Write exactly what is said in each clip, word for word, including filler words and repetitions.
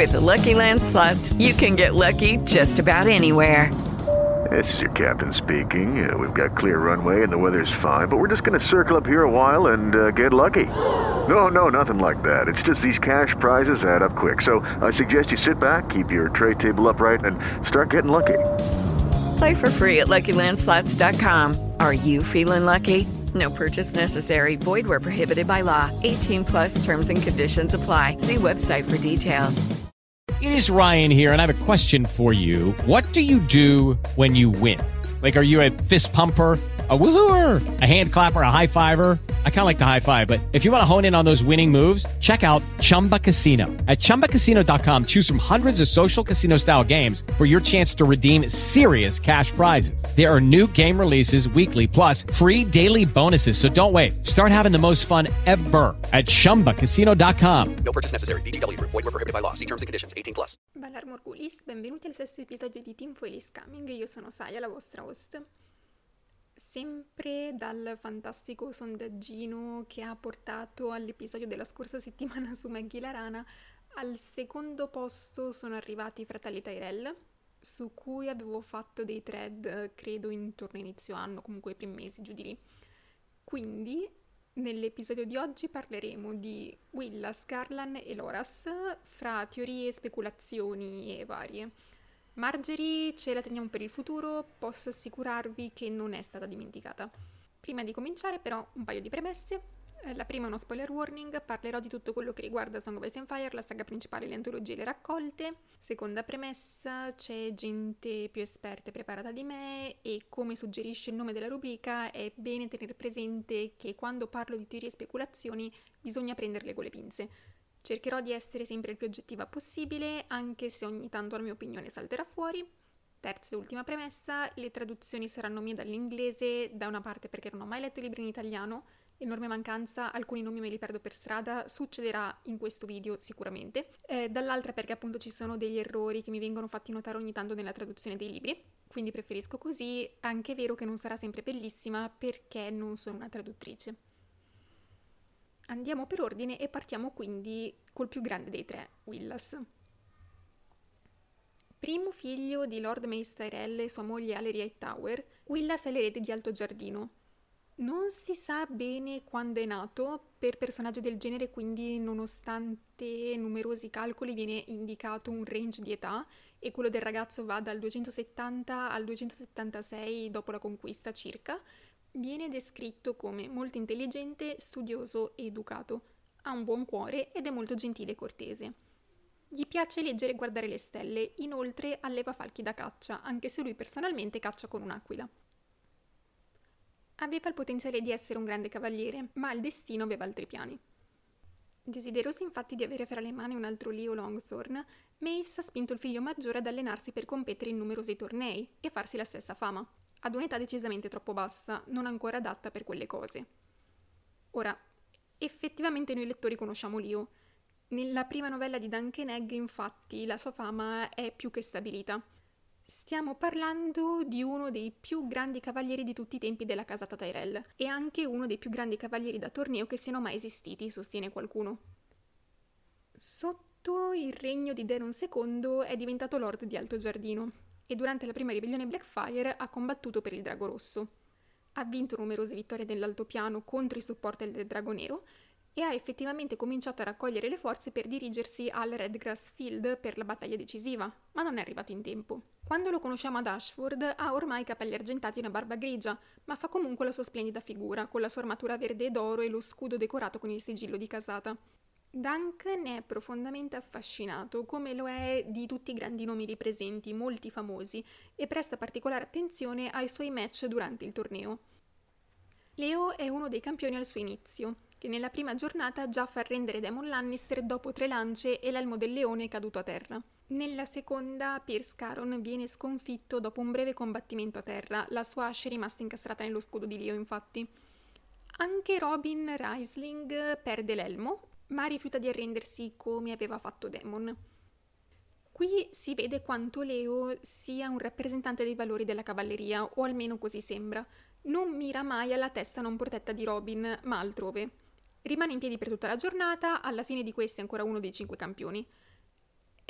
With Lucky Land Slots, you can get lucky just about anywhere. This is your captain speaking. Uh, we've got clear runway and the weather's fine, but we're just going to circle up here a while and uh, get lucky. No, no, nothing like that. It's just these cash prizes add up quick. So I suggest you sit back, keep your tray table upright, and start getting lucky. Play for free at Lucky Land Slots dot com. Are you feeling lucky? No purchase necessary. Void where prohibited by law. eighteen plus terms and conditions apply. See website for details. It is Ryan here, and I have a question for you. What do you do when you win? Like, are you a fist pumper, a woohooer, a hand clapper, a high fiver? I kind of like the high five, but if you want to hone in on those winning moves, check out Chumba Casino. At chumba casino dot com, choose from hundreds of social casino-style games for your chance to redeem serious cash prizes. There are new game releases weekly, plus free daily bonuses, so don't wait. Start having the most fun ever at chumba casino dot com. No purchase necessary. V G W. Void where prohibited by law. See terms and conditions. eighteen plus. Ballar Morgulis, benvenuti al sesto episodio di Team Foil is Coming. Io sono Saya, la vostra host. Sempre dal fantastico sondaggino che ha portato all'episodio della scorsa settimana su Maggie la Rana, al secondo posto sono arrivati i fratelli Tyrell, su cui avevo fatto dei thread, credo intorno a inizio anno, comunque i primi mesi, giù di lì. Quindi, nell'episodio di oggi parleremo di Willa, Scarlan e Loras, fra teorie, speculazioni e varie. Marjorie ce la teniamo per il futuro, posso assicurarvi che non è stata dimenticata. Prima di cominciare però un paio di premesse. La prima è uno spoiler warning, parlerò di tutto quello che riguarda Song of Ice and Fire, la saga principale, le antologie e le raccolte. Seconda premessa, c'è gente più esperta e preparata di me e come suggerisce il nome della rubrica è bene tenere presente che quando parlo di teorie e speculazioni bisogna prenderle con le pinze. Cercherò di essere sempre il più oggettiva possibile, anche se ogni tanto la mia opinione salterà fuori. Terza e ultima premessa, le traduzioni saranno mie dall'inglese, da una parte perché non ho mai letto i libri in italiano, enorme mancanza, alcuni nomi me li perdo per strada, succederà in questo video sicuramente, eh, dall'altra perché appunto ci sono degli errori che mi vengono fatti notare ogni tanto nella traduzione dei libri, quindi preferisco così, anche è vero che non sarà sempre bellissima perché non sono una traduttrice. Andiamo per ordine e partiamo quindi col più grande dei tre, Willas. Primo figlio di Lord Mace Tyrell e sua moglie Allery Hightower, Willas è l'erede di Altogiardino. Non si sa bene quando è nato, per personaggi del genere quindi nonostante numerosi calcoli viene indicato un range di età e quello del ragazzo va dal duecentosettanta al duecentosettantasei dopo la conquista circa. Viene descritto come molto intelligente, studioso e educato. Ha un buon cuore ed è molto gentile e cortese. Gli piace leggere e guardare le stelle, inoltre alleva falchi da caccia, anche se lui personalmente caccia con un'aquila. Aveva il potenziale di essere un grande cavaliere, ma il destino aveva altri piani. Desideroso infatti di avere fra le mani un altro Leo Longthorn, Mace ha spinto il figlio maggiore ad allenarsi per competere in numerosi tornei e farsi la stessa fama. Ad un'età decisamente troppo bassa, non ancora adatta per quelle cose. Ora, effettivamente noi lettori conosciamo Leo. Nella prima novella di Dunk and Egg, infatti, la sua fama è più che stabilita. Stiamo parlando di uno dei più grandi cavalieri di tutti i tempi della casata Tyrell, e anche uno dei più grandi cavalieri da torneo che siano mai esistiti, sostiene qualcuno. Sotto il regno di Daeron secondo è diventato Lord di Altogiardino, e durante la prima ribellione Blackfire ha combattuto per il Drago Rosso. Ha vinto numerose vittorie nell'altopiano contro i supporter del Drago Nero e ha effettivamente cominciato a raccogliere le forze per dirigersi al Redgrass Field per la battaglia decisiva, ma non è arrivato in tempo. Quando lo conosciamo ad Ashford ha ormai i capelli argentati e una barba grigia, ma fa comunque la sua splendida figura, con la sua armatura verde e d'oro e lo scudo decorato con il sigillo di casata. Dunk ne è profondamente affascinato, come lo è di tutti i grandi nomi lì presenti, molti famosi, e presta particolare attenzione ai suoi match durante il torneo. Leo è uno dei campioni al suo inizio, che nella prima giornata già fa arrendere Daemon Lannister dopo tre lance e l'elmo del leone è caduto a terra. Nella seconda, Pierce Caron viene sconfitto dopo un breve combattimento a terra, la sua ascia è rimasta incastrata nello scudo di Leo, infatti. Anche Robin Raisling perde l'elmo, ma rifiuta di arrendersi come aveva fatto Daemon. Qui si vede quanto Leo sia un rappresentante dei valori della cavalleria, o almeno così sembra. Non mira mai alla testa non protetta di Robin, ma altrove. Rimane in piedi per tutta la giornata, alla fine di questa è ancora uno dei cinque campioni. È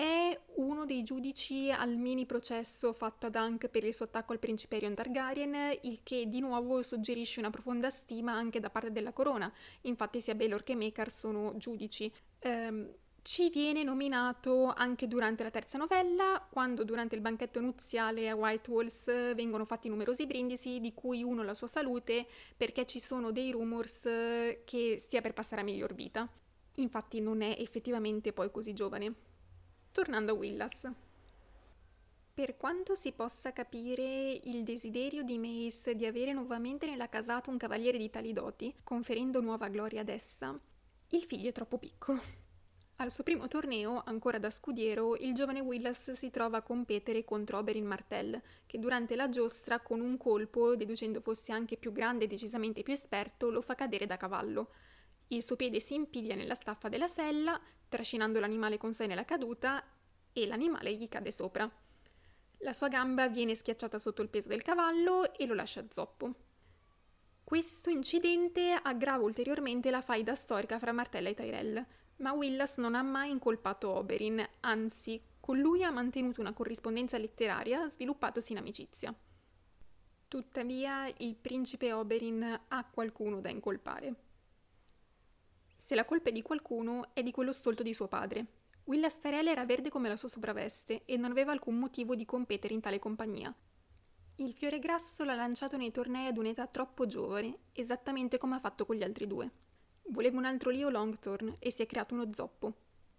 è uno dei giudici al mini processo fatto ad Hank per il suo attacco al principe Aerion Targaryen, il che di nuovo suggerisce una profonda stima anche da parte della corona. Infatti sia Baelor che Maekar sono giudici. Ehm, ci viene nominato anche durante la terza novella, quando durante il banchetto nuziale a White Walls vengono fatti numerosi brindisi, di cui uno la sua salute, perché ci sono dei rumors che stia per passare a miglior vita. Infatti non è effettivamente poi così giovane. Tornando a Willas. Per quanto si possa capire il desiderio di Mace di avere nuovamente nella casata un cavaliere di tali doti, conferendo nuova gloria ad essa, il figlio è troppo piccolo. Al suo primo torneo, ancora da scudiero, il giovane Willas si trova a competere contro Oberyn Martell, che durante la giostra, con un colpo, deducendo fosse anche più grande e decisamente più esperto, lo fa cadere da cavallo. Il suo piede si impiglia nella staffa della sella, trascinando l'animale con sé nella caduta, e l'animale gli cade sopra. La sua gamba viene schiacciata sotto il peso del cavallo e lo lascia zoppo. Questo incidente aggrava ulteriormente la faida storica fra Martell e Tyrell, ma Willas non ha mai incolpato Oberyn, anzi, con lui ha mantenuto una corrispondenza letteraria sviluppatosi in amicizia. Tuttavia, il principe Oberyn ha qualcuno da incolpare. Se la colpa è di qualcuno, è di quello stolto di suo padre. Willas Tyrell era verde come la sua sopravveste e non aveva alcun motivo di competere in tale compagnia. Il fiore grasso l'ha lanciato nei tornei ad un'età troppo giovane, esattamente come ha fatto con gli altri due. Voleva un altro Leo Longthorn e si è creato uno zoppo.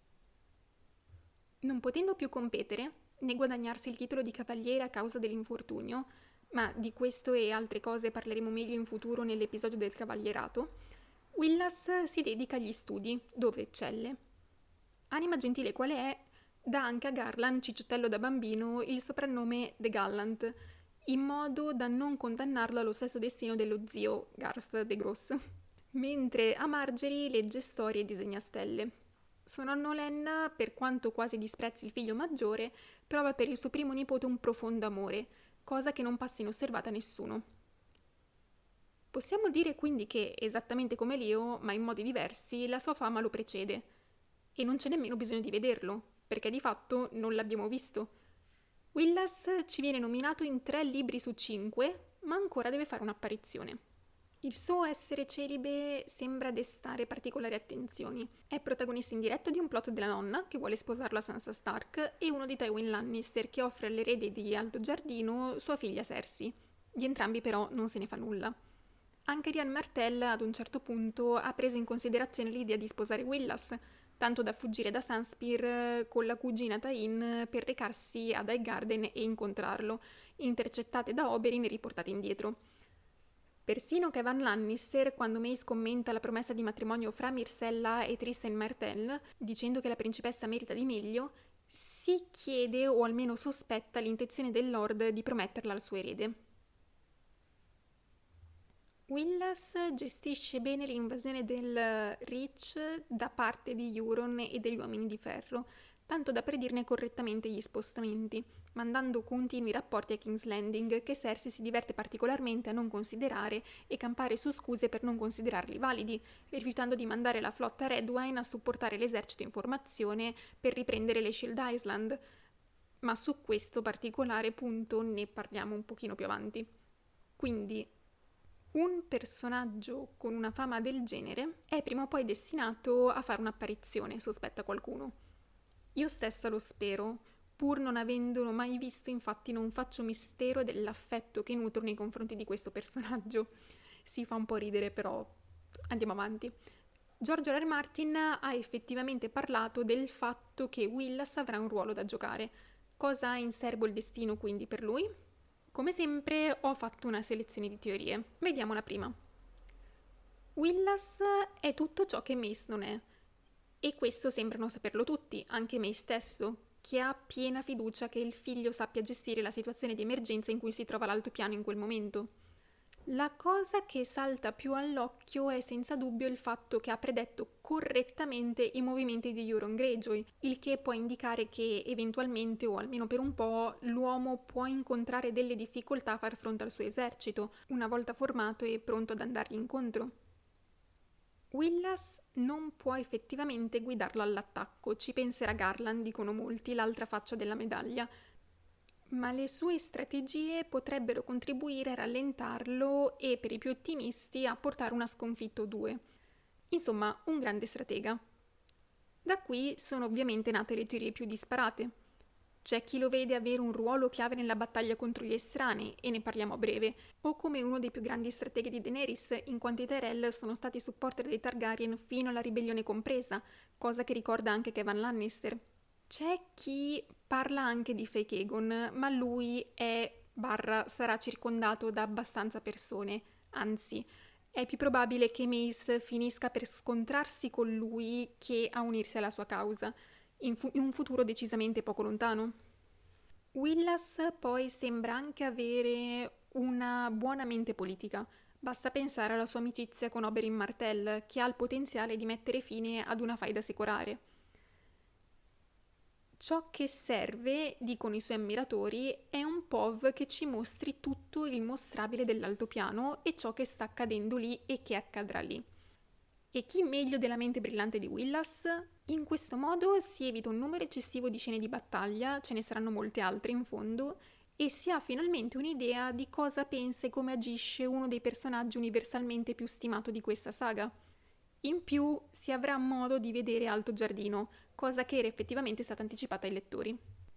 Non potendo più competere, né guadagnarsi il titolo di cavaliere a causa dell'infortunio, ma di questo e altre cose parleremo meglio in futuro nell'episodio del cavalierato, Willas si dedica agli studi, dove eccelle. Anima gentile quale è, dà anche a Garland, cicciottello da bambino, il soprannome The Gallant, in modo da non condannarlo allo stesso destino dello zio, Garth de Gross, mentre a Marjorie legge storie e disegna stelle. Suo nonno Lenna, per quanto quasi disprezzi il figlio maggiore, prova per il suo primo nipote un profondo amore, cosa che non passa inosservata a nessuno. Possiamo dire quindi che, esattamente come Leo, ma in modi diversi, la sua fama lo precede. E non c'è nemmeno bisogno di vederlo, perché di fatto non l'abbiamo visto. Willas ci viene nominato in tre libri su cinque, ma ancora deve fare un'apparizione. Il suo essere celibe sembra destare particolari attenzioni. È protagonista indiretto di un plot della nonna, che vuole sposarlo a Sansa Stark, e uno di Tywin Lannister, che offre all'erede di Alto Giardino sua figlia Cersei. Di entrambi però non se ne fa nulla. Anche Ryan Martell ad un certo punto ha preso in considerazione l'idea di sposare Willas, tanto da fuggire da Sunspear con la cugina Tain per recarsi ad Highgarden e incontrarlo, intercettate da Oberyn e riportate indietro. Persino Kevan Lannister, quando Mace commenta la promessa di matrimonio fra Myrcella e Tristan Martell, dicendo che la principessa merita di meglio, si chiede o almeno sospetta l'intenzione del Lord di prometterla al suo erede. Willas gestisce bene l'invasione del Reach da parte di Euron e degli Uomini di Ferro, tanto da predirne correttamente gli spostamenti, mandando continui rapporti a King's Landing che Cersei si diverte particolarmente a non considerare e campare su scuse per non considerarli validi, rifiutando di mandare la flotta Redwyne a supportare l'esercito in formazione per riprendere le Shield Island. Ma su questo particolare punto ne parliamo un pochino più avanti. Quindi un personaggio con una fama del genere è prima o poi destinato a fare un'apparizione, sospetta qualcuno. Io stessa lo spero, pur non avendolo mai visto, infatti non faccio mistero dell'affetto che nutro nei confronti di questo personaggio. Si fa un po' ridere, però andiamo avanti. George R. R. Martin ha effettivamente parlato del fatto che Willas avrà un ruolo da giocare. Cosa ha in serbo il destino quindi per lui? Come sempre ho fatto una selezione di teorie. Vediamo la prima. Willas è tutto ciò che Mace non è. E questo sembrano saperlo tutti, anche Mace stesso, che ha piena fiducia che il figlio sappia gestire la situazione di emergenza in cui si trova l'altopiano in quel momento. La cosa che salta più all'occhio è senza dubbio il fatto che ha predetto correttamente i movimenti di Euron Greyjoy, il che può indicare che eventualmente, o almeno per un po', l'uomo può incontrare delle difficoltà a far fronte al suo esercito, una volta formato e pronto ad andargli incontro. Willas non può effettivamente guidarlo all'attacco, ci penserà Garland, dicono molti, l'altra faccia della medaglia, ma le sue strategie potrebbero contribuire a rallentarlo e, per i più ottimisti, a portare una sconfitta o due. Insomma, un grande stratega. Da qui sono ovviamente nate le teorie più disparate. C'è chi lo vede avere un ruolo chiave nella battaglia contro gli estranei, e ne parliamo a breve, o come uno dei più grandi strateghi di Daenerys, in quanto i Tyrell sono stati supporter dei Targaryen fino alla ribellione compresa, cosa che ricorda anche Kevan Lannister. C'è chi parla anche di fake Aegon, ma lui è, barra, sarà circondato da abbastanza persone, anzi, è più probabile che Mace finisca per scontrarsi con lui che a unirsi alla sua causa, in, fu- in un futuro decisamente poco lontano. Willas poi sembra anche avere una buona mente politica. Basta pensare alla sua amicizia con Oberyn Martell, che ha il potenziale di mettere fine ad una faida secolare. Ciò che serve, dicono i suoi ammiratori, è un P O V che ci mostri tutto il mostrabile dell'altopiano e ciò che sta accadendo lì e che accadrà lì. E chi meglio della mente brillante di Willas? In questo modo si evita un numero eccessivo di scene di battaglia, ce ne saranno molte altre in fondo, e si ha finalmente un'idea di cosa pensa e come agisce uno dei personaggi universalmente più stimato di questa saga. In più si avrà modo di vedere Alto Giardino, cosa che era effettivamente stata anticipata ai lettori.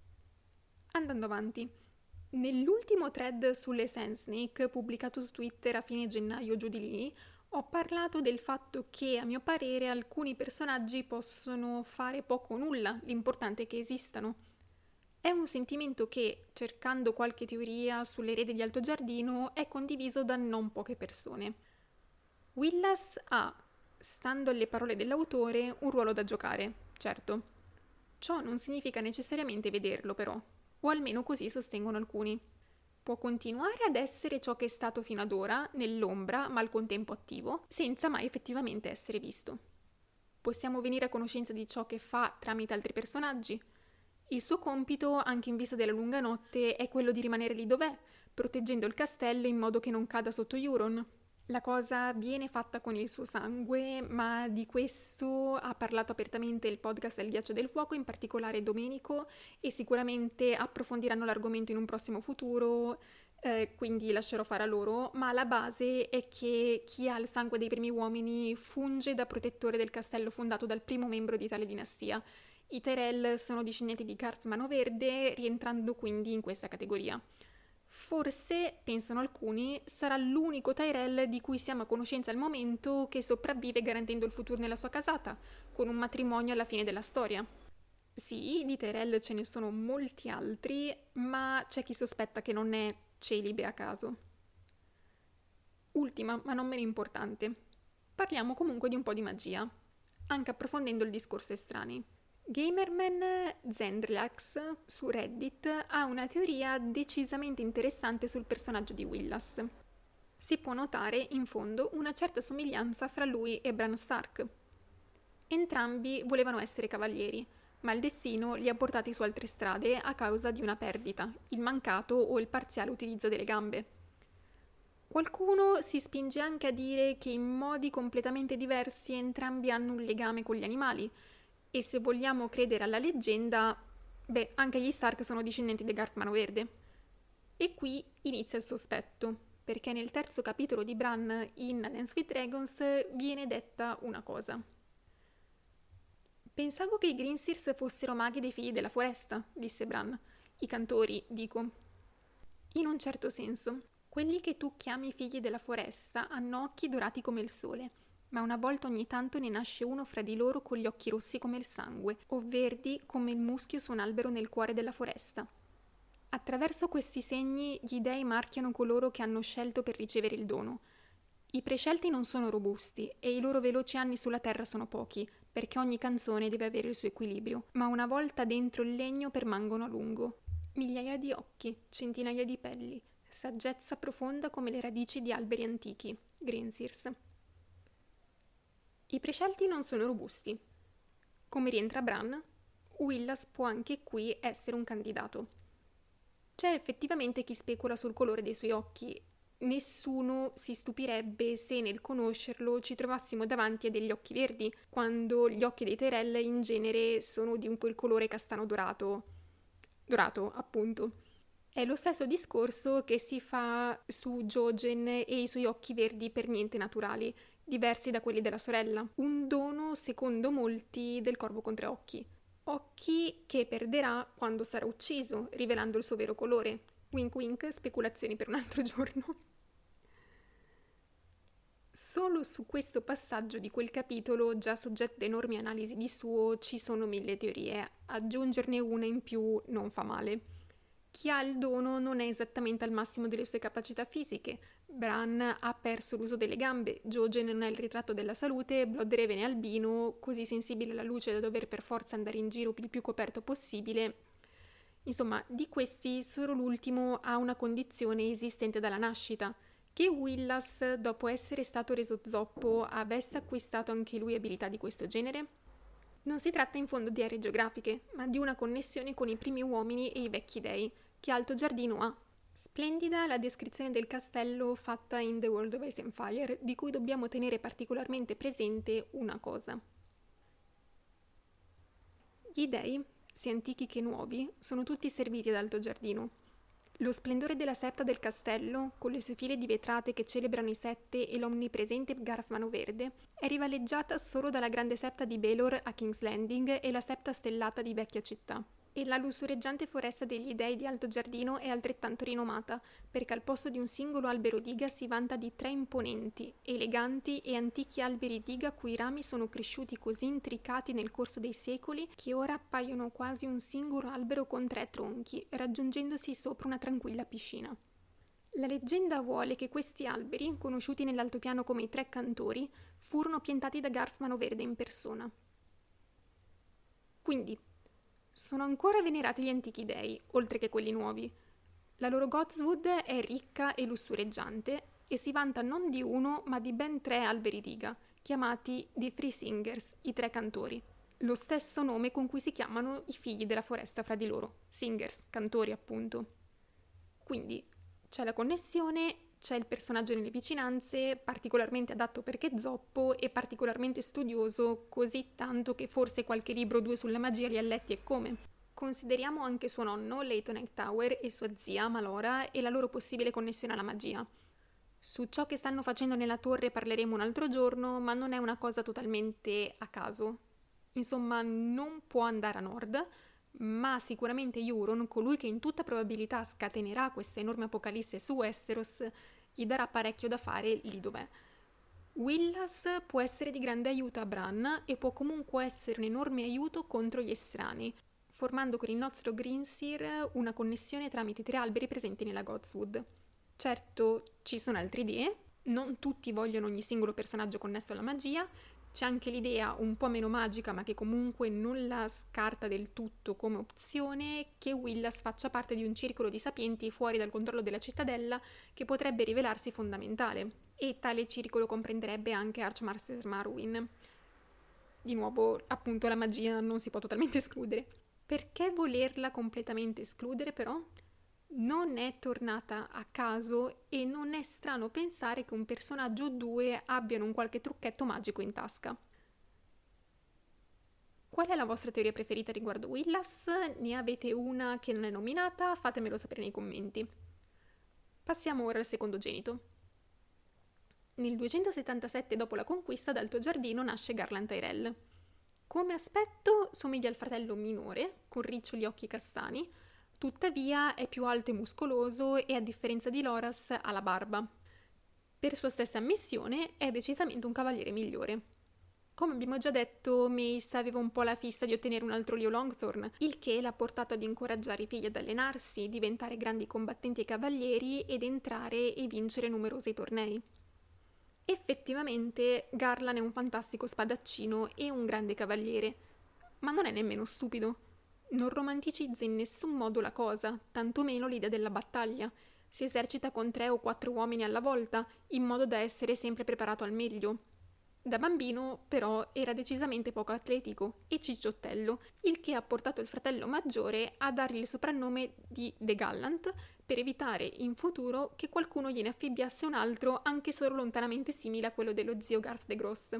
Andando avanti, nell'ultimo thread sulle Sand Snake pubblicato su Twitter a fine gennaio giù di lì, ho parlato del fatto che a mio parere alcuni personaggi possono fare poco o nulla, l'importante è che esistano. È un sentimento che, cercando qualche teoria sull'erede di Alto Giardino, è condiviso da non poche persone. Willas ha, stando alle parole dell'autore, un ruolo da giocare, certo. Ciò non significa necessariamente vederlo, però, o almeno così sostengono alcuni. Può continuare ad essere ciò che è stato fino ad ora, nell'ombra, ma al contempo attivo, senza mai effettivamente essere visto. Possiamo venire a conoscenza di ciò che fa tramite altri personaggi. Il suo compito, anche in vista della lunga notte, è quello di rimanere lì dov'è, proteggendo il castello in modo che non cada sotto Euron. La cosa viene fatta con il suo sangue, ma di questo ha parlato apertamente il podcast del Ghiaccio del Fuoco, in particolare Domenico, e sicuramente approfondiranno l'argomento in un prossimo futuro, eh, quindi lascerò fare a loro, ma la base è che chi ha il sangue dei primi uomini funge da protettore del castello fondato dal primo membro di tale dinastia. I Tyrell sono discendenti di Garth Manoverde, rientrando quindi in questa categoria. Forse, pensano alcuni, sarà l'unico Tyrell di cui siamo a conoscenza al momento che sopravvive garantendo il futuro nella sua casata, con un matrimonio alla fine della storia. Sì, di Tyrell ce ne sono molti altri, ma c'è chi sospetta che non è celibe a caso. Ultima, ma non meno importante. Parliamo comunque di un po' di magia, anche approfondendo il discorso estranei. Gamerman Zendriax su Reddit ha una teoria decisamente interessante sul personaggio di Willas. Si può notare, in fondo, una certa somiglianza fra lui e Bran Stark. Entrambi volevano essere cavalieri, ma il destino li ha portati su altre strade a causa di una perdita, il mancato o il parziale utilizzo delle gambe. Qualcuno si spinge anche a dire che in modi completamente diversi entrambi hanno un legame con gli animali, e se vogliamo credere alla leggenda, beh, anche gli Stark sono discendenti di Garth Manoverde. E qui inizia il sospetto, perché nel terzo capitolo di Bran in Dance with Dragons viene detta una cosa. Pensavo che i Greenseers fossero maghi dei figli della foresta, disse Bran. I cantori, dico. In un certo senso, quelli che tu chiami figli della foresta hanno occhi dorati come il sole, ma una volta ogni tanto ne nasce uno fra di loro con gli occhi rossi come il sangue, o verdi come il muschio su un albero nel cuore della foresta. Attraverso questi segni gli dei marchiano coloro che hanno scelto per ricevere il dono. I prescelti non sono robusti e i loro veloci anni sulla terra sono pochi, perché ogni canzone deve avere il suo equilibrio, ma una volta dentro il legno permangono a lungo. Migliaia di occhi, centinaia di pelli, saggezza profonda come le radici di alberi antichi, Greenseers. I prescelti non sono robusti. Come rientra Bran, Willas può anche qui essere un candidato. C'è effettivamente chi specula sul colore dei suoi occhi, nessuno si stupirebbe se nel conoscerlo ci trovassimo davanti a degli occhi verdi, quando gli occhi dei Tyrell in genere sono di un quel colore castano dorato. Dorato, appunto. È lo stesso discorso che si fa su Jojen e i suoi occhi verdi per niente naturali, diversi da quelli della sorella. Un dono, secondo molti, del corvo con tre occhi. Occhi che perderà quando sarà ucciso, rivelando il suo vero colore. Wink wink, speculazioni per un altro giorno. Solo su questo passaggio di quel capitolo, già soggetto a enormi analisi di suo, ci sono mille teorie. Aggiungerne una in più non fa male. Chi ha il dono non è esattamente al massimo delle sue capacità fisiche. Bran ha perso l'uso delle gambe, Jojen non è il ritratto della salute, Bloodraven è albino, così sensibile alla luce da dover per forza andare in giro il più coperto possibile. Insomma, di questi solo l'ultimo ha una condizione esistente dalla nascita. Che Willas, dopo essere stato reso zoppo, avesse acquistato anche lui abilità di questo genere? Non si tratta in fondo di aree geografiche, ma di una connessione con i primi uomini e i vecchi dei, che Alto Giardino ha. Splendida la descrizione del castello fatta in The World of Ice and Fire, di cui dobbiamo tenere particolarmente presente una cosa. Gli dei, sia antichi che nuovi, sono tutti serviti ad Alto Giardino. Lo splendore della septa del castello, con le sue file di vetrate che celebrano i sette e l'omnipresente Garth Manoverde, è rivaleggiata solo dalla grande septa di Baelor a King's Landing e la septa stellata di Vecchia Città. E la lussureggiante foresta degli dei di Alto Giardino è altrettanto rinomata, perché al posto di un singolo albero diga si vanta di tre imponenti, eleganti e antichi alberi diga cui rami sono cresciuti così intricati nel corso dei secoli che ora appaiono quasi un singolo albero con tre tronchi, raggiungendosi sopra una tranquilla piscina. La leggenda vuole che questi alberi, conosciuti nell'altopiano come i Tre Cantori, furono piantati da Garth Manoverde in persona. Quindi, sono ancora venerati gli antichi dei, oltre che quelli nuovi. La loro Godswood è ricca e lussureggiante e si vanta non di uno, ma di ben tre alberi diga, chiamati The Three Singers, i tre cantori. Lo stesso nome con cui si chiamano i figli della foresta fra di loro, Singers, cantori appunto. Quindi c'è la connessione, c'è il personaggio nelle vicinanze, particolarmente adatto perché zoppo e particolarmente studioso, così tanto che forse qualche libro o due sulla magia li ha letti e come. Consideriamo anche suo nonno, Leighton Hightower, e sua zia, Malora, e la loro possibile connessione alla magia. Su ciò che stanno facendo nella torre parleremo un altro giorno, ma non è una cosa totalmente a caso. Insomma, non può andare a nord, ma sicuramente Euron, colui che in tutta probabilità scatenerà questa enorme apocalisse su Westeros, gli darà parecchio da fare lì dov'è. Willas può essere di grande aiuto a Bran e può comunque essere un enorme aiuto contro gli estranei, formando con il nozzo Greenseer una connessione tramite tre alberi presenti nella Godswood. Certo, ci sono altre idee, non tutti vogliono ogni singolo personaggio connesso alla magia. C'è anche l'idea, un po' meno magica, ma che comunque non la scarta del tutto come opzione, che Willas faccia parte di un circolo di sapienti fuori dal controllo della cittadella che potrebbe rivelarsi fondamentale. E tale circolo comprenderebbe anche Archmaster Marwyn. Di nuovo, appunto, la magia non si può totalmente escludere. Perché volerla completamente escludere, però? Non è tornata a caso e non è strano pensare che un personaggio o due abbiano un qualche trucchetto magico in tasca. Qual è la vostra teoria preferita riguardo Willas? Ne avete una che non è nominata? Fatemelo sapere nei commenti. Passiamo ora al secondogenito. Nel duecentosettantasette dopo la conquista d'Alto Giardino nasce Garland Tyrell. Come aspetto somiglia al fratello minore, con riccioli occhi castani. Tuttavia è più alto e muscoloso e, a differenza di Loras, ha la barba. Per sua stessa ammissione è decisamente un cavaliere migliore. Come abbiamo già detto, Mace aveva un po' la fissa di ottenere un altro Leo Longthorn, il che l'ha portato ad incoraggiare i figli ad allenarsi, diventare grandi combattenti e cavalieri ed entrare e vincere numerosi tornei. Effettivamente Garland è un fantastico spadaccino e un grande cavaliere, ma non è nemmeno stupido. Non romanticizza in nessun modo la cosa, tantomeno l'idea della battaglia. Si esercita con tre o quattro uomini alla volta, in modo da essere sempre preparato al meglio. Da bambino, però, era decisamente poco atletico e cicciottello, il che ha portato il fratello maggiore a dargli il soprannome di The Gallant per evitare in futuro che qualcuno gliene affibbiasse un altro anche solo lontanamente simile a quello dello zio Garth the Gross.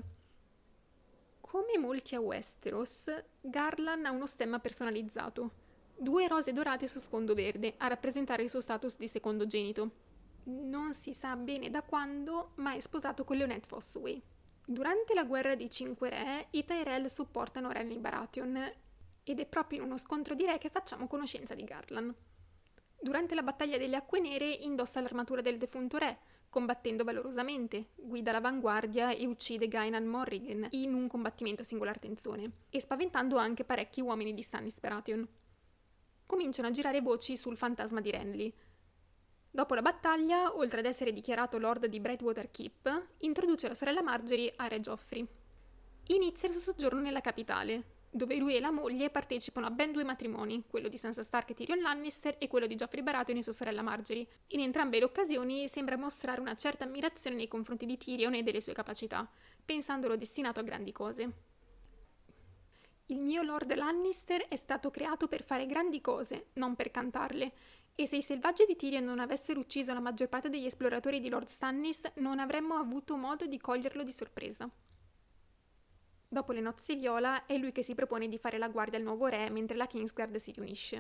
Come molti a Westeros, Garland ha uno stemma personalizzato, due rose dorate su sfondo verde a rappresentare il suo status di secondogenito. Non si sa bene da quando, ma è sposato con Leonette Fossoway. Durante la guerra dei Cinque Re, i Tyrell supportano Renly Baratheon ed è proprio in uno scontro di re che facciamo conoscenza di Garland. Durante la battaglia delle Acque Nere indossa l'armatura del defunto re, combattendo valorosamente, guida l'avanguardia e uccide Guinan Morrigan in un combattimento a singolar tensione, e spaventando anche parecchi uomini di Stannis Baratheon. Cominciano a girare voci sul fantasma di Renly. Dopo la battaglia, oltre ad essere dichiarato Lord di Brightwater Keep, introduce la sorella Margaery a Re Joffrey. Inizia il suo soggiorno nella capitale, dove lui e la moglie partecipano a ben due matrimoni, quello di Sansa Stark e Tyrion Lannister e quello di Joffrey Baratheon e sua sorella Margaery. In entrambe le occasioni sembra mostrare una certa ammirazione nei confronti di Tyrion e delle sue capacità, pensandolo destinato a grandi cose. Il mio Lord Lannister è stato creato per fare grandi cose, non per cantarle, e se i selvaggi di Tyrion non avessero ucciso la maggior parte degli esploratori di Lord Stannis, non avremmo avuto modo di coglierlo di sorpresa. Dopo le nozze viola, è lui che si propone di fare la guardia al nuovo re mentre la Kingsguard si riunisce.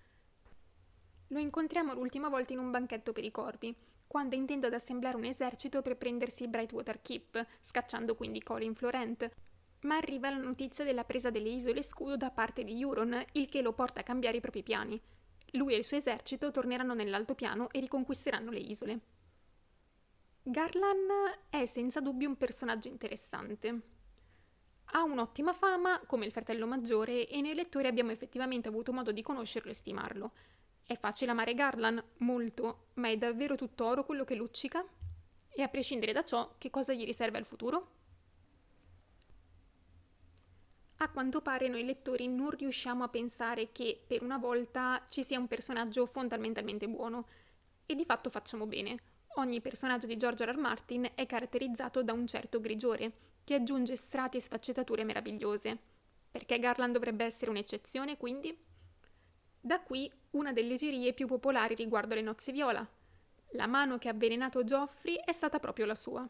Lo incontriamo l'ultima volta in un banchetto per i corvi, quando intende ad assemblare un esercito per prendersi Brightwater Keep, scacciando quindi Colin Florent, ma arriva la notizia della presa delle isole scudo da parte di Euron, il che lo porta a cambiare i propri piani. Lui e il suo esercito torneranno nell'altopiano e riconquisteranno le isole. Garland è senza dubbio un personaggio interessante. Ha un'ottima fama, come il fratello maggiore, e noi lettori abbiamo effettivamente avuto modo di conoscerlo e stimarlo. È facile amare Garland? Molto, ma è davvero tutto oro quello che luccica? E a prescindere da ciò, che cosa gli riserva il futuro? A quanto pare noi lettori non riusciamo a pensare che, per una volta, ci sia un personaggio fondamentalmente buono. E di fatto facciamo bene. Ogni personaggio di George R. R. Martin è caratterizzato da un certo grigiore, che aggiunge strati e sfaccettature meravigliose. Perché Garland dovrebbe essere un'eccezione, quindi? Da qui una delle teorie più popolari riguardo le nozze viola. La mano che ha avvelenato Joffrey è stata proprio la sua.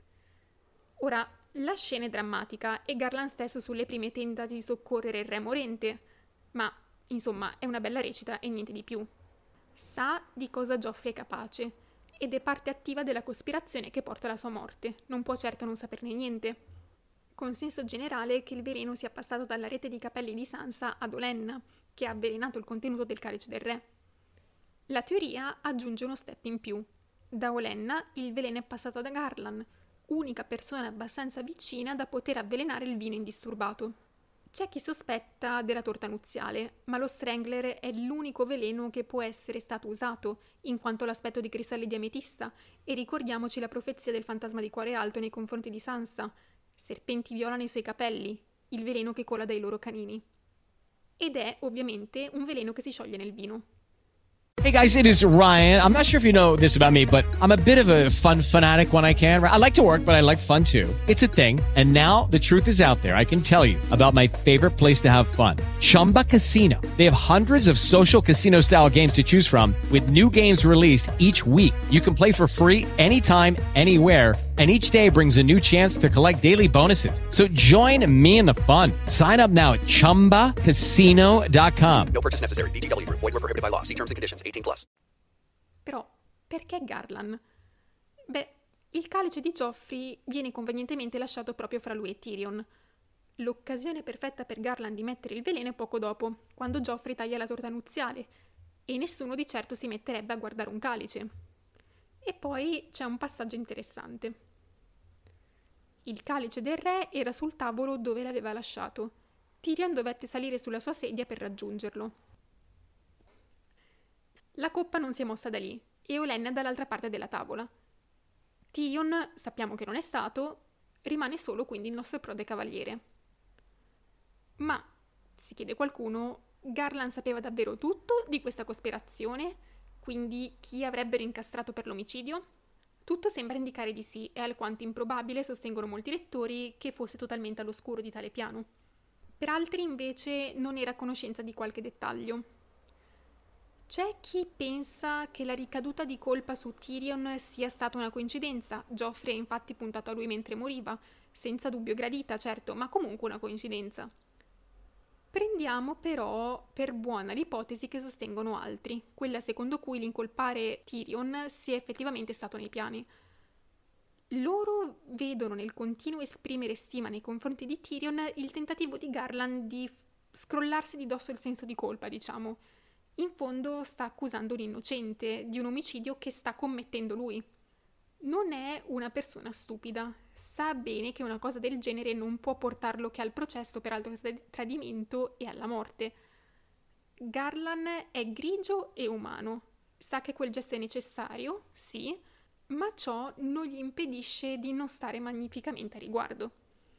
Ora, la scena è drammatica e Garland stesso sulle prime tenta di soccorrere il re morente, ma, insomma, è una bella recita e niente di più. Sa di cosa Joffrey è capace, ed è parte attiva della cospirazione che porta alla sua morte, non può certo non saperne niente. Consenso generale che il veleno sia passato dalla rete di capelli di Sansa ad Olenna, che ha avvelenato il contenuto del calice del re. La teoria aggiunge uno step in più. Da Olenna il veleno è passato da Garland, unica persona abbastanza vicina da poter avvelenare il vino indisturbato. C'è chi sospetta della torta nuziale, ma lo Strangler è l'unico veleno che può essere stato usato, in quanto l'aspetto di cristalli di ametista, e ricordiamoci la profezia del fantasma di Cuore Alto nei confronti di Sansa. Serpenti viola nei suoi capelli, il veleno che cola dai loro canini. Ed è, ovviamente, un veleno che si scioglie nel vino. Hey guys, it is Ryan. I'm not sure if you know this about me, but I'm a bit of a fun fanatic when I can. I like to work, but I like fun too. It's a thing. And now the truth is out there. I can tell you about my favorite place to have fun. Chumba Casino. They have hundreds of social casino style games to choose from with new games released each week. You can play for free anytime, anywhere. And each day brings a new chance to collect daily bonuses. So join me in the fun. Sign up now at chumba casino dot com. No purchase necessary. V G W Group. Void where prohibited by law. See terms and conditions. eighteen plus. Però, perché Garland? Beh, il calice di Joffrey viene convenientemente lasciato proprio fra lui e Tyrion. L'occasione perfetta per Garland di mettere il veleno è poco dopo, quando Joffrey taglia la torta nuziale, e nessuno di certo si metterebbe a guardare un calice. E poi c'è un passaggio interessante. Il calice del re era sul tavolo dove l'aveva lasciato. Tyrion dovette salire sulla sua sedia per raggiungerlo. La coppa non si è mossa da lì, e Olenna è dall'altra parte della tavola. Tyrion, sappiamo che non è stato, rimane solo quindi il nostro prode cavaliere. Ma, si chiede qualcuno, Garland sapeva davvero tutto di questa cospirazione? Quindi chi avrebbero incastrato per l'omicidio? Tutto sembra indicare di sì, e alquanto improbabile, sostengono molti lettori, che fosse totalmente all'oscuro di tale piano. Per altri, invece, non era a conoscenza di qualche dettaglio. C'è chi pensa che la ricaduta di colpa su Tyrion sia stata una coincidenza. Joffrey ha infatti puntato a lui mentre moriva, senza dubbio gradita, certo, ma comunque una coincidenza. Prendiamo però per buona l'ipotesi che sostengono altri, quella secondo cui l'incolpare Tyrion sia effettivamente stato nei piani. Loro vedono nel continuo esprimere stima nei confronti di Tyrion il tentativo di Garland di scrollarsi di dosso il senso di colpa, diciamo. In fondo sta accusando un innocente di un omicidio che sta commettendo lui. Non è una persona stupida, sa bene che una cosa del genere non può portarlo che al processo per altro tradimento e alla morte. Garland è grigio e umano, sa che quel gesto è necessario, sì, ma ciò non gli impedisce di non stare magnificamente a riguardo.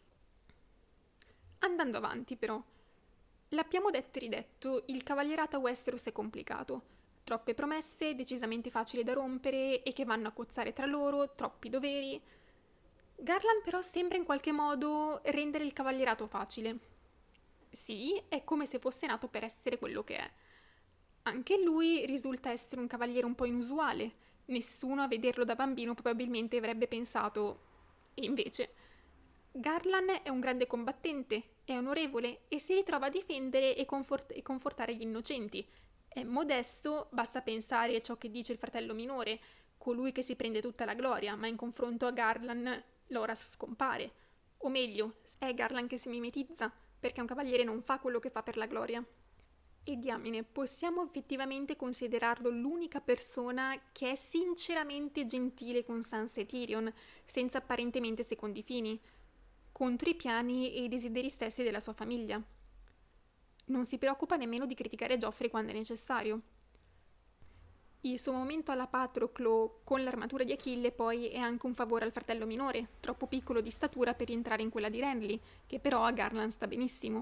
Andando avanti però, l'abbiamo detto e ridetto, il cavalierato a Westeros è complicato. Troppe promesse, decisamente facili da rompere e che vanno a cozzare tra loro, troppi doveri. Garland però sembra in qualche modo rendere il cavalierato facile. Sì, è come se fosse nato per essere quello che è. Anche lui risulta essere un cavaliere un po' inusuale. Nessuno a vederlo da bambino probabilmente avrebbe pensato. E invece, Garland è un grande combattente, è onorevole e si ritrova a difendere e, confort- e confortare gli innocenti. È modesto, basta pensare a ciò che dice il fratello minore, colui che si prende tutta la gloria, ma in confronto a Garland Loras scompare. O meglio, è Garland che si mimetizza, perché un cavaliere non fa quello che fa per la gloria. E diamine, possiamo effettivamente considerarlo l'unica persona che è sinceramente gentile con Sansa e Tyrion, senza apparentemente secondi fini, contro i piani e i desideri stessi della sua famiglia. Non si preoccupa nemmeno di criticare Joffrey quando è necessario. Il suo momento alla Patroclo con l'armatura di Achille poi è anche un favore al fratello minore, troppo piccolo di statura per rientrare in quella di Renly, che però a Garland sta benissimo.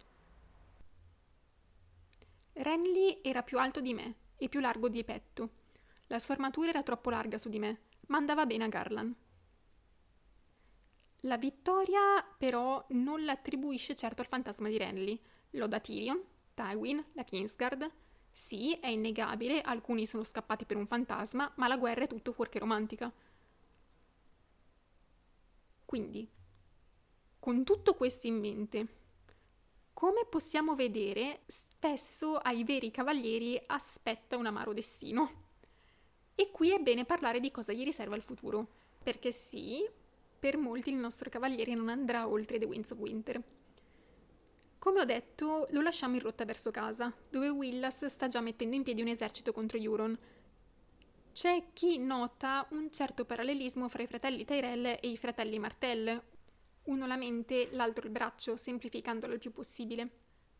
Renly era più alto di me e più largo di petto. La sua armatura era troppo larga su di me, ma andava bene a Garland. La vittoria però non l'attribuisce certo al fantasma di Renly. Loda Tyrion, Tywin, la Kingsguard. Sì, è innegabile, alcuni sono scappati per un fantasma, ma la guerra è tutto fuorché romantica. Quindi, con tutto questo in mente, come possiamo vedere, spesso ai veri cavalieri aspetta un amaro destino. E qui è bene parlare di cosa gli riserva il futuro, perché sì, per molti il nostro cavaliere non andrà oltre The Winds of Winter. Come ho detto, lo lasciamo in rotta verso casa, dove Willas sta già mettendo in piedi un esercito contro Euron. C'è chi nota un certo parallelismo fra i fratelli Tyrell e i fratelli Martell, uno la mente, l'altro il braccio, semplificandolo il più possibile.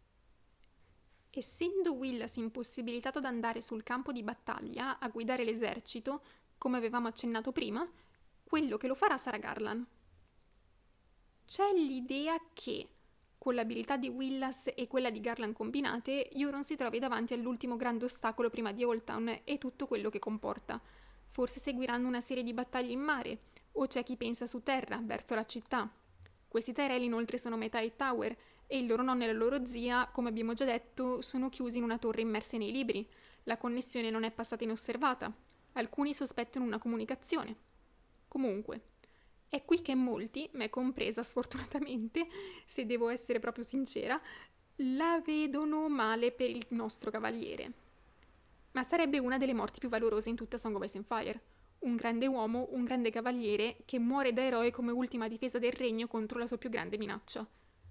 Essendo Willas impossibilitato ad andare sul campo di battaglia a guidare l'esercito, come avevamo accennato prima, quello che lo farà sarà Garland. C'è l'idea che, con l'abilità di Willas e quella di Garland combinate, Euron si trovi davanti all'ultimo grande ostacolo prima di Old Town e tutto quello che comporta. Forse seguiranno una serie di battaglie in mare, o c'è chi pensa su terra, verso la città. Questi Tyrell inoltre sono metà Hightower e il loro nonno e la loro zia, come abbiamo già detto, sono chiusi in una torre immerse nei libri. La connessione non è passata inosservata. Alcuni sospettano una comunicazione. Comunque, è qui che molti, me compresa sfortunatamente, se devo essere proprio sincera, la vedono male per il nostro cavaliere. Ma sarebbe una delle morti più valorose in tutta Song of Ice and Fire. Un grande uomo, un grande cavaliere, che muore da eroe come ultima difesa del regno contro la sua più grande minaccia.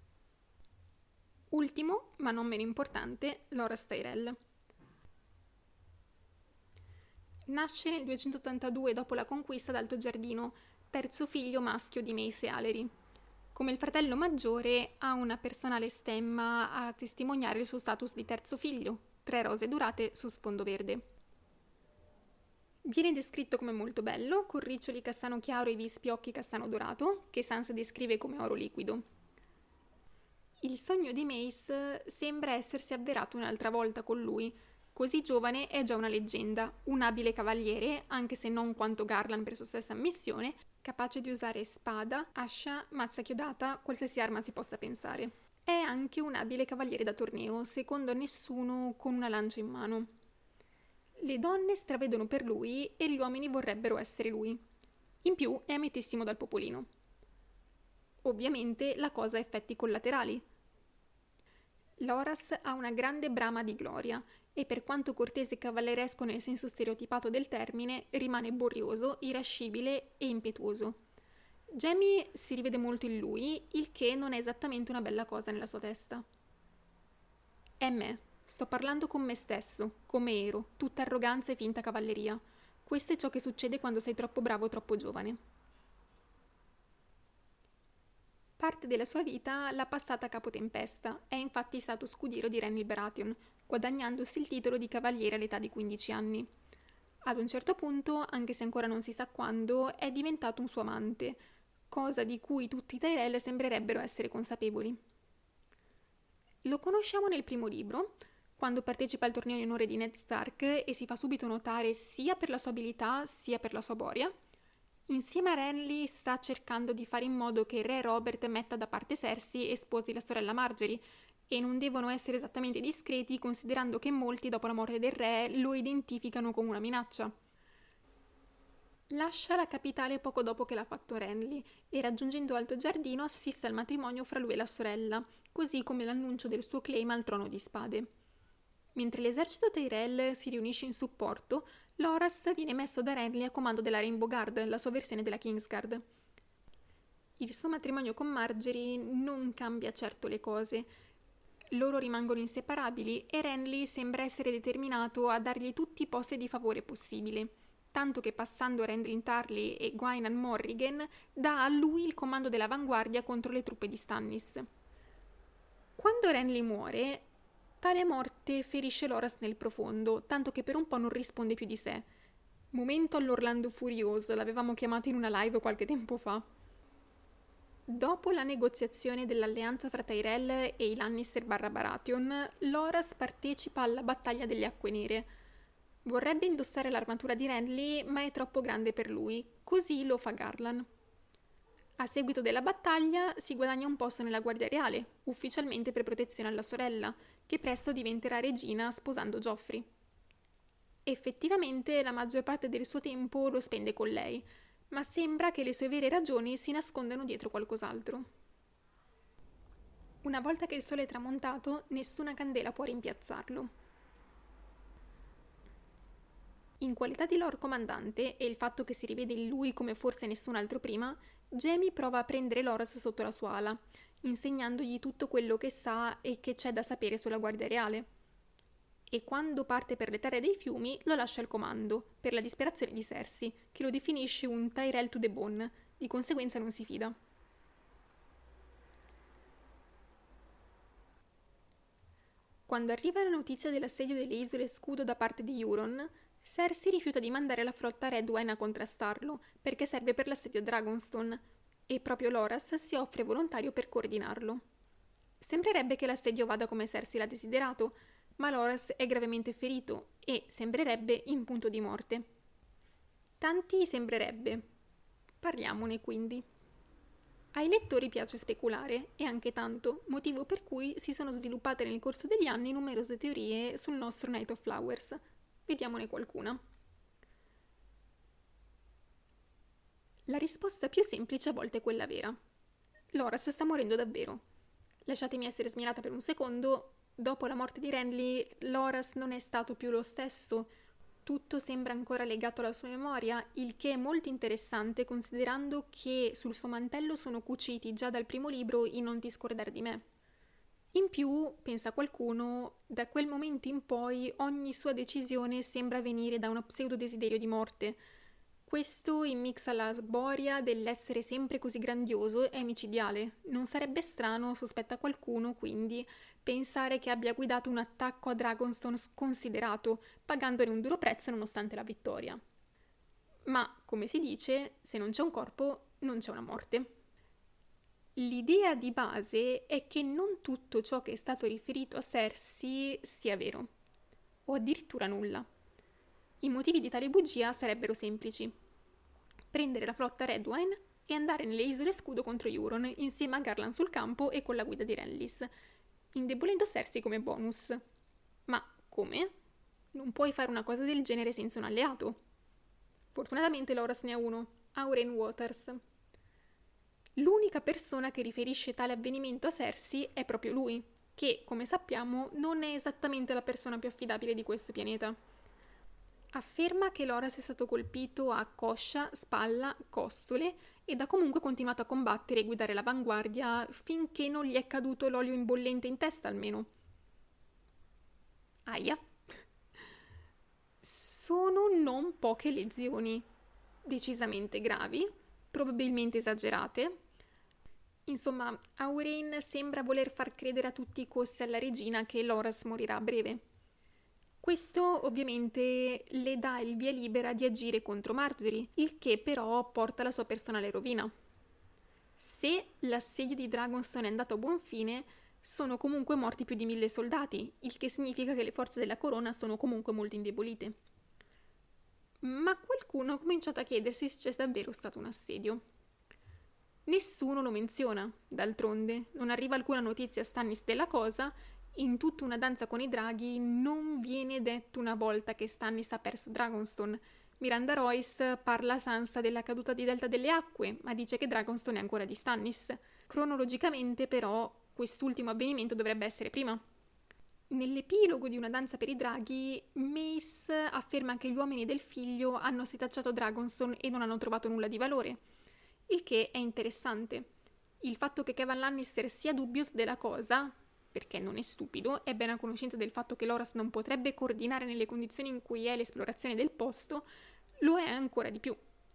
Ultimo, ma non meno importante, Loras Tyrell. Nasce nel duecentottantadue dopo la conquista d'Alto Giardino, terzo figlio maschio di Mace e Aleri. Come il fratello maggiore, ha una personale stemma a testimoniare il suo status di terzo figlio, tre rose dorate su sfondo verde. Viene descritto come molto bello, con riccioli castano chiaro e vispi occhi castano dorato, che Sansa descrive come oro liquido. Il sogno di Mace sembra essersi avverato un'altra volta con lui, Così giovane è già una leggenda, un abile cavaliere, anche se non quanto Garland per sua stessa ammissione, capace di usare spada, ascia, mazza chiodata, qualsiasi arma si possa pensare. È anche un abile cavaliere da torneo, secondo nessuno con una lancia in mano. Le donne stravedono per lui e gli uomini vorrebbero essere lui. In più è amatissimo dal popolino. Ovviamente la cosa ha effetti collaterali. Loras ha una grande brama di gloria e per quanto cortese e cavalleresco nel senso stereotipato del termine, rimane borioso, irascibile e impetuoso. Jaime si rivede molto in lui, il che non è esattamente una bella cosa nella sua testa. È me, sto parlando con me stesso, come ero, tutta arroganza e finta cavalleria. Questo è ciò che succede quando sei troppo bravo o troppo giovane. Parte della sua vita l'ha passata a Capotempesta, è infatti stato scudiero di Renly Baratheon, guadagnandosi il titolo di cavaliere all'età di quindici anni. Ad un certo punto, anche se ancora non si sa quando, è diventato un suo amante, cosa di cui tutti i Tyrell sembrerebbero essere consapevoli. Lo conosciamo nel primo libro, quando partecipa al torneo in onore di Ned Stark e si fa subito notare sia per la sua abilità sia per la sua boria. Insieme a Renly sta cercando di fare in modo che Re Robert metta da parte Cersei e sposi la sorella Margaery, e non devono essere esattamente discreti considerando che molti dopo la morte del re lo identificano come una minaccia. Lascia la capitale poco dopo che l'ha fatto Renly e raggiungendo Alto Giardino assiste al matrimonio fra lui e la sorella, così come l'annuncio del suo claim al trono di spade. Mentre l'esercito Tyrell si riunisce in supporto, Loras viene messo da Renly a comando della Rainbow Guard, la sua versione della Kingsguard. Il suo matrimonio con Margaery non cambia certo le cose. Loro rimangono inseparabili e Renly sembra essere determinato a dargli tutti i posti di favore possibili, tanto che passando Rendrin Tarly e Gwynan Morrigan dà a lui il comando dell'avanguardia contro le truppe di Stannis. Quando Renly muore, tale morte ferisce Loras nel profondo, tanto che per un po' non risponde più di sé. Momento all'Orlando Furioso, l'avevamo chiamato in una live qualche tempo fa. Dopo la negoziazione dell'alleanza fra Tyrell e i Lannister barra Baratheon, Loras partecipa alla battaglia delle Acque Nere. Vorrebbe indossare l'armatura di Renly, ma è troppo grande per lui, così lo fa Garland. A seguito della battaglia si guadagna un posto nella Guardia Reale, ufficialmente per protezione alla sorella, che presto diventerà regina sposando Joffrey. Effettivamente la maggior parte del suo tempo lo spende con lei, ma sembra che le sue vere ragioni si nascondano dietro qualcos'altro. Una volta che il sole è tramontato, nessuna candela può rimpiazzarlo. In qualità di Lord Comandante e il fatto che si rivede in lui come forse nessun altro prima, Jaime prova a prendere Loras sotto la sua ala, insegnandogli tutto quello che sa e che c'è da sapere sulla Guardia Reale. E quando parte per le terre dei fiumi lo lascia al comando, per la disperazione di Cersei, che lo definisce un Tyrell to the bone, di conseguenza non si fida. Quando arriva la notizia dell'assedio delle isole Scudo da parte di Euron, Cersei rifiuta di mandare la flotta Redwyne a contrastarlo, perché serve per l'assedio a Dragonstone, e proprio Loras si offre volontario per coordinarlo. Sembrerebbe che l'assedio vada come Cersei l'ha desiderato, ma Loras è gravemente ferito e, sembrerebbe, in punto di morte. Tanti sembrerebbe. Parliamone quindi. Ai lettori piace speculare, e anche tanto, motivo per cui si sono sviluppate nel corso degli anni numerose teorie sul nostro Night of Flowers. Vediamone qualcuna. La risposta più semplice a volte è quella vera. Loras sta morendo davvero. Lasciatemi essere smirata per un secondo. Dopo la morte di Renly, Loras non è stato più lo stesso. Tutto sembra ancora legato alla sua memoria, il che è molto interessante considerando che sul suo mantello sono cuciti già dal primo libro i Non ti scordare di me. In più, pensa qualcuno, da quel momento in poi ogni sua decisione sembra venire da uno pseudo desiderio di morte. Questo in mix alla boria dell'essere sempre così grandioso è micidiale. Non sarebbe strano, sospetta qualcuno, quindi, pensare che abbia guidato un attacco a Dragonstone sconsiderato, pagandone un duro prezzo nonostante la vittoria. Ma, come si dice, se non c'è un corpo, non c'è una morte. L'idea di base è che non tutto ciò che è stato riferito a Cersei sia vero. o addirittura nulla. I motivi di tale bugia sarebbero semplici: prendere la flotta Redwyne e andare nelle isole Scudo contro Euron insieme a Garland sul campo e con la guida di Rhaenys, indebolendo Cersei come bonus. Ma come? Non puoi fare una cosa del genere senza un alleato. Fortunatamente Loras ne ha uno, Aurane Waters. L'unica persona che riferisce tale avvenimento a Cersei è proprio lui, che, come sappiamo, non è esattamente la persona più affidabile di questo pianeta. Afferma che Loras è stato colpito a coscia, spalla, costole ed ha comunque continuato a combattere e guidare l'avanguardia finché non gli è caduto l'olio in bollente in testa almeno. Aia. Sono non poche lesioni, decisamente gravi, probabilmente esagerate. Insomma, Aurane sembra voler far credere a tutti i costi alla regina che Loras morirà a breve. Questo ovviamente le dà il via libera di agire contro Margaery, il che però porta alla sua personale rovina. Se l'assedio di Dragonstone è andato a buon fine, sono comunque morti più di mille soldati, il che significa che le forze della corona sono comunque molto indebolite. Ma qualcuno ha cominciato a chiedersi se c'è davvero stato un assedio. Nessuno lo menziona, d'altronde, non arriva alcuna notizia a Stannis della cosa. In tutta una danza con i draghi non viene detto una volta che Stannis ha perso Dragonstone. Miranda Royce parla a Sansa della caduta di Delta delle Acque, ma dice che Dragonstone è ancora di Stannis. Cronologicamente, però, quest'ultimo avvenimento dovrebbe essere prima. Nell'epilogo di Una danza per i draghi, Mace afferma che gli uomini del figlio hanno setacciato Dragonstone e non hanno trovato nulla di valore, il che è interessante. Il fatto che Kevan Lannister sia dubbioso della cosa, perché non è stupido, è ben a conoscenza del fatto che Loras non potrebbe coordinare nelle condizioni in cui è l'esplorazione del posto, lo è ancora di più.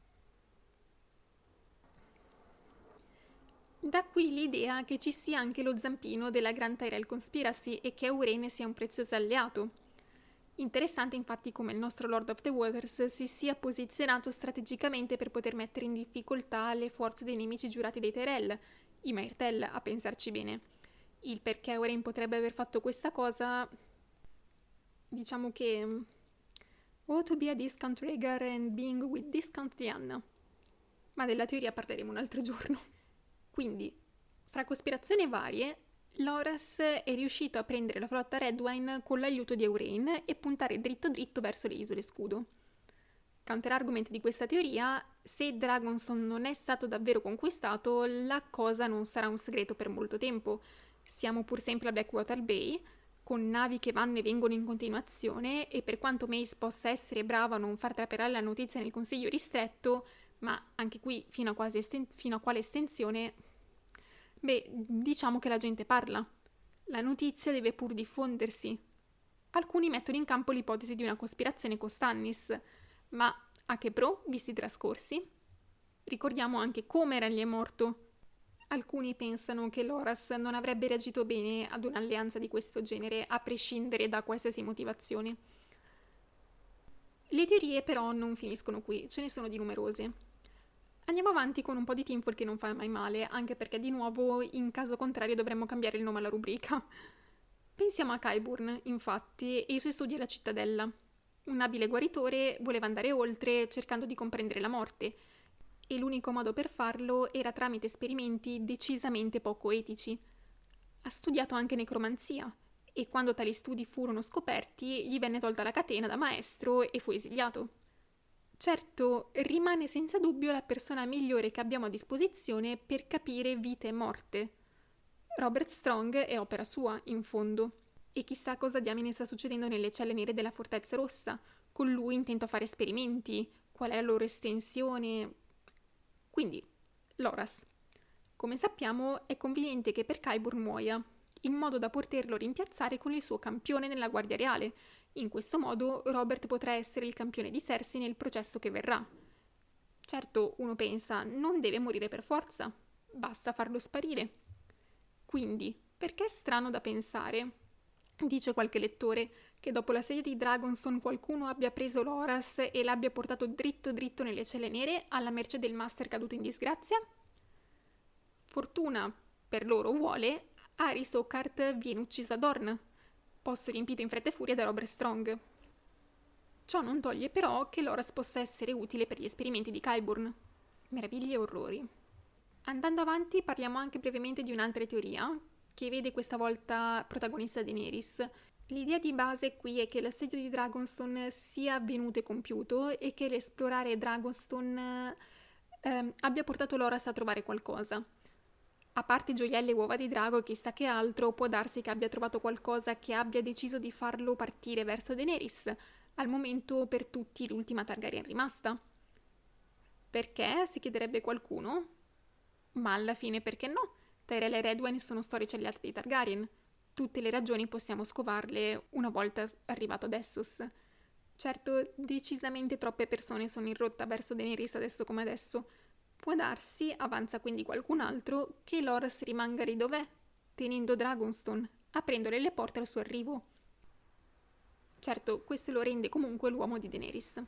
Da qui l'idea che ci sia anche lo zampino della Grand Tyrell Conspiracy e che Aurane sia un prezioso alleato. Interessante infatti come il nostro Lord of the Waters si sia posizionato strategicamente per poter mettere in difficoltà le forze dei nemici giurati dei Tyrell, i Myrtell, a pensarci bene. Il perché Aurane potrebbe aver fatto questa cosa, diciamo che oh, to be a discount Rhaegar and being with discount Lyanna. Ma della teoria parleremo un altro giorno. Quindi, fra cospirazioni varie, Loras è riuscito a prendere la flotta Redwyne con l'aiuto di Aurane e puntare dritto dritto verso le isole Scudo. Counterargument di questa teoria: se Dragonstone non è stato davvero conquistato, la cosa non sarà un segreto per molto tempo. Siamo pur sempre a Blackwater Bay, con navi che vanno e vengono in continuazione, e per quanto Mace possa essere bravo a non far trapelare la notizia nel consiglio ristretto, ma anche qui fino a, quasi esten- fino a quale estensione, beh, diciamo che la gente parla. La notizia deve pur diffondersi. Alcuni mettono in campo l'ipotesi di una cospirazione con Stannis, ma a che pro, visti i trascorsi? Ricordiamo anche come Renly è morto. Alcuni pensano che Loras non avrebbe reagito bene ad un'alleanza di questo genere, a prescindere da qualsiasi motivazione. Le teorie però non finiscono qui, ce ne sono di numerose. Andiamo avanti con un po' di tinfoil che non fa mai male, anche perché di nuovo, in caso contrario, dovremmo cambiare il nome alla rubrica. Pensiamo a Qyburn, infatti, e i suoi studi alla Cittadella. Un abile guaritore voleva andare oltre, cercando di comprendere la morte, e l'unico modo per farlo era tramite esperimenti decisamente poco etici. Ha studiato anche necromanzia, e quando tali studi furono scoperti, gli venne tolta la catena da maestro e fu esiliato. Certo, rimane senza dubbio la persona migliore che abbiamo a disposizione per capire vita e morte. Robert Strong è opera sua, in fondo, e chissà cosa diamine sta succedendo nelle celle nere della Fortezza Rossa, con lui intento a fare esperimenti, qual è la loro estensione. Quindi, Loras. Come sappiamo, è conveniente che per Qyburn muoia, in modo da poterlo rimpiazzare con il suo campione nella Guardia Reale. In questo modo Robert potrà essere il campione di Cersei nel processo che verrà. Certo, uno pensa, non deve morire per forza, basta farlo sparire. Quindi, perché è strano da pensare, dice qualche lettore, che dopo l'assedio di Dragonstone qualcuno abbia preso Loras e l'abbia portato dritto dritto nelle celle nere alla mercé del master caduto in disgrazia? Fortuna, per loro vuole, Aerys Oakheart viene uccisa a Dorne. posto riempito in fretta e furia da Robert Strong. Ciò non toglie però che Loras possa essere utile per gli esperimenti di Qyburn. Meraviglie e orrori. Andando avanti parliamo anche brevemente di un'altra teoria, che vede questa volta protagonista Daenerys. L'idea di base qui è che l'assedio di Dragonstone sia avvenuto e compiuto e che l'esplorare Dragonstone eh, abbia portato Loras a trovare qualcosa. A parte gioielli e uova di drago e chissà che altro, può darsi che abbia trovato qualcosa che abbia deciso di farlo partire verso Daenerys, al momento per tutti l'ultima Targaryen rimasta. Perché? Si chiederebbe qualcuno. Ma alla fine perché no? Tyrell e Redwine sono storici alleati dei Targaryen. Tutte le ragioni possiamo scovarle una volta arrivato ad Essos. Certo, decisamente troppe persone sono in rotta verso Daenerys adesso come adesso. Può darsi, avanza quindi qualcun altro, che Loras rimanga lì dov'è, tenendo Dragonstone, aprendole le porte al suo arrivo. Certo, questo lo rende comunque l'uomo di Daenerys.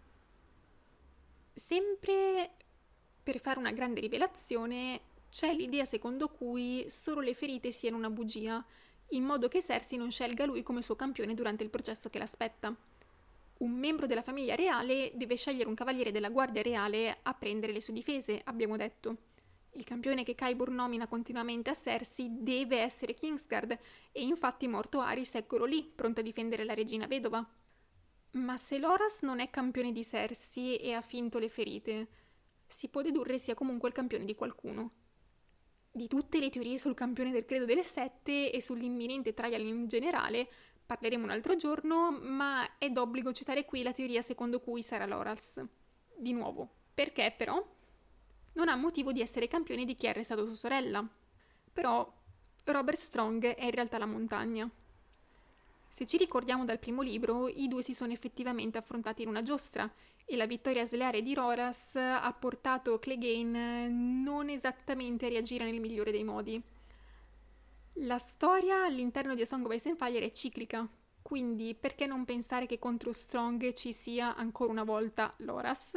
Sempre per fare una grande rivelazione, c'è l'idea secondo cui solo le ferite siano una bugia, in modo che Cersei non scelga lui come suo campione durante il processo che l'aspetta. Un membro della famiglia reale deve scegliere un cavaliere della guardia reale a prendere le sue difese, abbiamo detto. Il campione che Qyburn nomina continuamente a Cersei deve essere Kingsguard, e infatti morto Aerys eccolo lì, pronto a difendere la regina vedova. Ma se Loras non è campione di Cersei e ha finto le ferite, si può dedurre sia comunque il campione di qualcuno. Di tutte le teorie sul campione del Credo delle Sette e sull'imminente trial in generale parleremo un altro giorno, ma è d'obbligo citare qui la teoria secondo cui sarà Loras. Di nuovo, perché però? Non ha motivo di essere campione di chi ha arrestato sua sorella. Però Robert Strong è in realtà la montagna. Se ci ricordiamo dal primo libro, i due si sono effettivamente affrontati in una giostra e la vittoria sleale di Loras ha portato Clegane non esattamente a reagire nel migliore dei modi. La storia all'interno di A Song of Ice and Fire è ciclica, quindi perché non pensare che contro Strong ci sia ancora una volta Loras?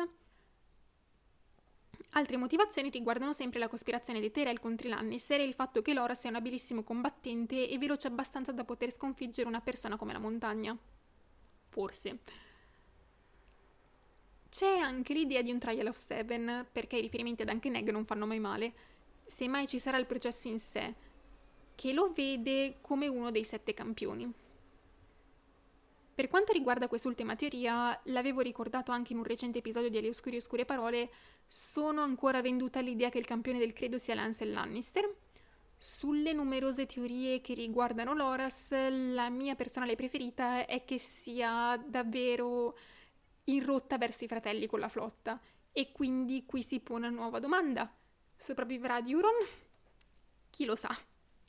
Altre motivazioni riguardano sempre la cospirazione dei Tyrell contro i Lannister e il fatto che Loras è un abilissimo combattente e veloce abbastanza da poter sconfiggere una persona come la montagna. Forse. C'è anche l'idea di un Trial of Seven, perché i riferimenti ad Duncan Egg non fanno mai male, se mai ci sarà il processo in sé, che lo vede come uno dei sette campioni. Per quanto riguarda quest'ultima teoria, l'avevo ricordato anche in un recente episodio di Alle Oscure Oscure Parole, sono ancora venduta all'idea che il campione del credo sia Lancel Lannister. Sulle numerose teorie che riguardano Loras, la mia personale preferita è che sia davvero in rotta verso i fratelli con la flotta, e quindi qui si pone una nuova domanda. Sopravviverà Euron? Chi lo sa?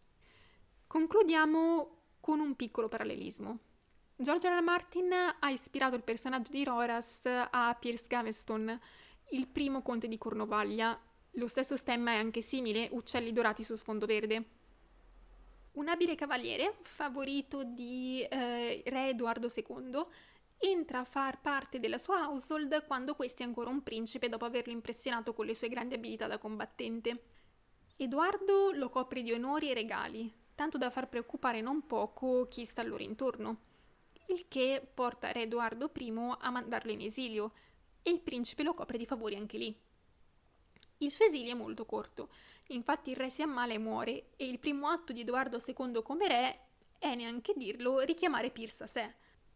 Concludiamo con un piccolo parallelismo. George R. R. Martin ha ispirato il personaggio di Loras a Piers Gaveston, il primo conte di Cornovaglia. Lo stesso stemma è anche simile, uccelli dorati su sfondo verde. Un abile cavaliere, favorito di eh, re Edoardo secondo, entra a far parte della sua household quando questi è ancora un principe dopo averlo impressionato con le sue grandi abilità da combattente. Edoardo lo copre di onori e regali, tanto da far preoccupare non poco chi sta a loro intorno, il che porta re Edoardo primo a mandarlo in esilio, e il principe lo copre di favori anche lì. Il suo esilio è molto corto, infatti il re si ammala e muore, e il primo atto di Edoardo secondo come re è, neanche dirlo, richiamare Piers a sé.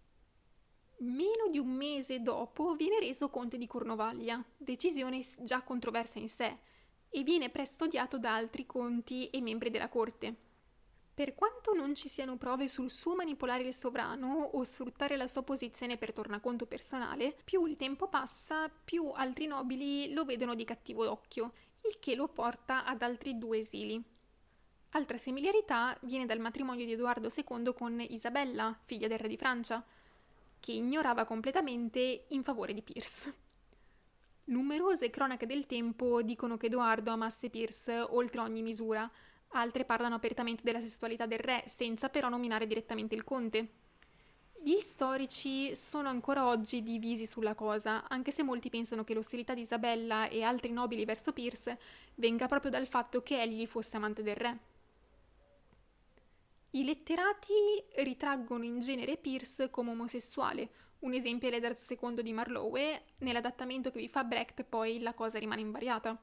Meno di un mese dopo viene reso conte di Cornovaglia, decisione già controversa in sé, e viene presto odiato da altri conti e membri della corte. Per quanto non ci siano prove sul suo manipolare il sovrano o sfruttare la sua posizione per tornaconto personale, più il tempo passa, più altri nobili lo vedono di cattivo occhio, il che lo porta ad altri due esili. Altra similarità viene dal matrimonio di Edoardo secondo con Isabella, figlia del re di Francia, che ignorava completamente in favore di Piers. Numerose cronache del tempo dicono che Edoardo amasse Piers oltre ogni misura. Altre parlano apertamente della sessualità del re, senza però nominare direttamente il conte. Gli storici sono ancora oggi divisi sulla cosa, anche se molti pensano che l'ostilità di Isabella e altri nobili verso Piers venga proprio dal fatto che egli fosse amante del re. I letterati ritraggono in genere Pierce come omosessuale. Un esempio è l'Eddard secondo di Marlowe. Nell'adattamento che vi fa Brecht poi la cosa rimane invariata.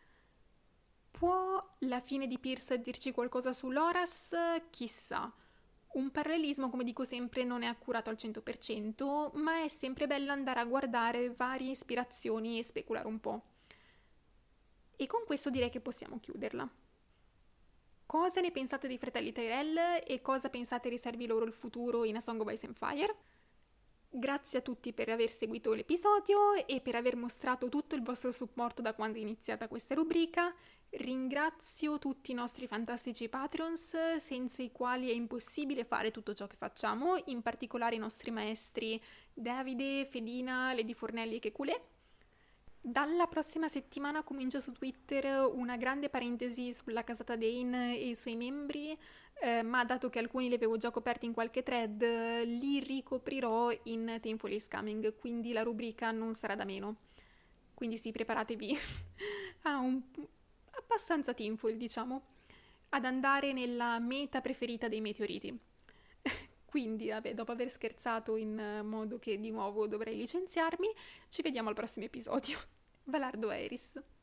Può la fine di Pierce dirci qualcosa sull'Horace? Chissà. Un parallelismo, come dico sempre, non è accurato al cento per cento, ma è sempre bello andare a guardare varie ispirazioni e speculare un po'. E con questo direi che possiamo chiuderla. Cosa ne pensate dei fratelli Tyrell e cosa pensate riservi loro il futuro in A Song of Ice and Fire? Grazie a tutti per aver seguito l'episodio e per aver mostrato tutto il vostro supporto da quando è iniziata questa rubrica. Ringrazio tutti i nostri fantastici Patreons, senza i quali è impossibile fare tutto ciò che facciamo, in particolare i nostri maestri Davide, Fedina, Lady Fornelli e Kekulé. Dalla prossima settimana comincia su Twitter una grande parentesi sulla casata Dane e i suoi membri, eh, ma dato che alcuni li avevo già coperti in qualche thread, li ricoprirò in Tameful is Coming, quindi la rubrica non sarà da meno. Quindi sì, preparatevi a un abbastanza Tameful, diciamo, ad andare nella meta preferita dei meteoriti. Quindi, vabbè, dopo aver scherzato in modo che di nuovo dovrei licenziarmi, ci vediamo al prossimo episodio. Valardo Eris.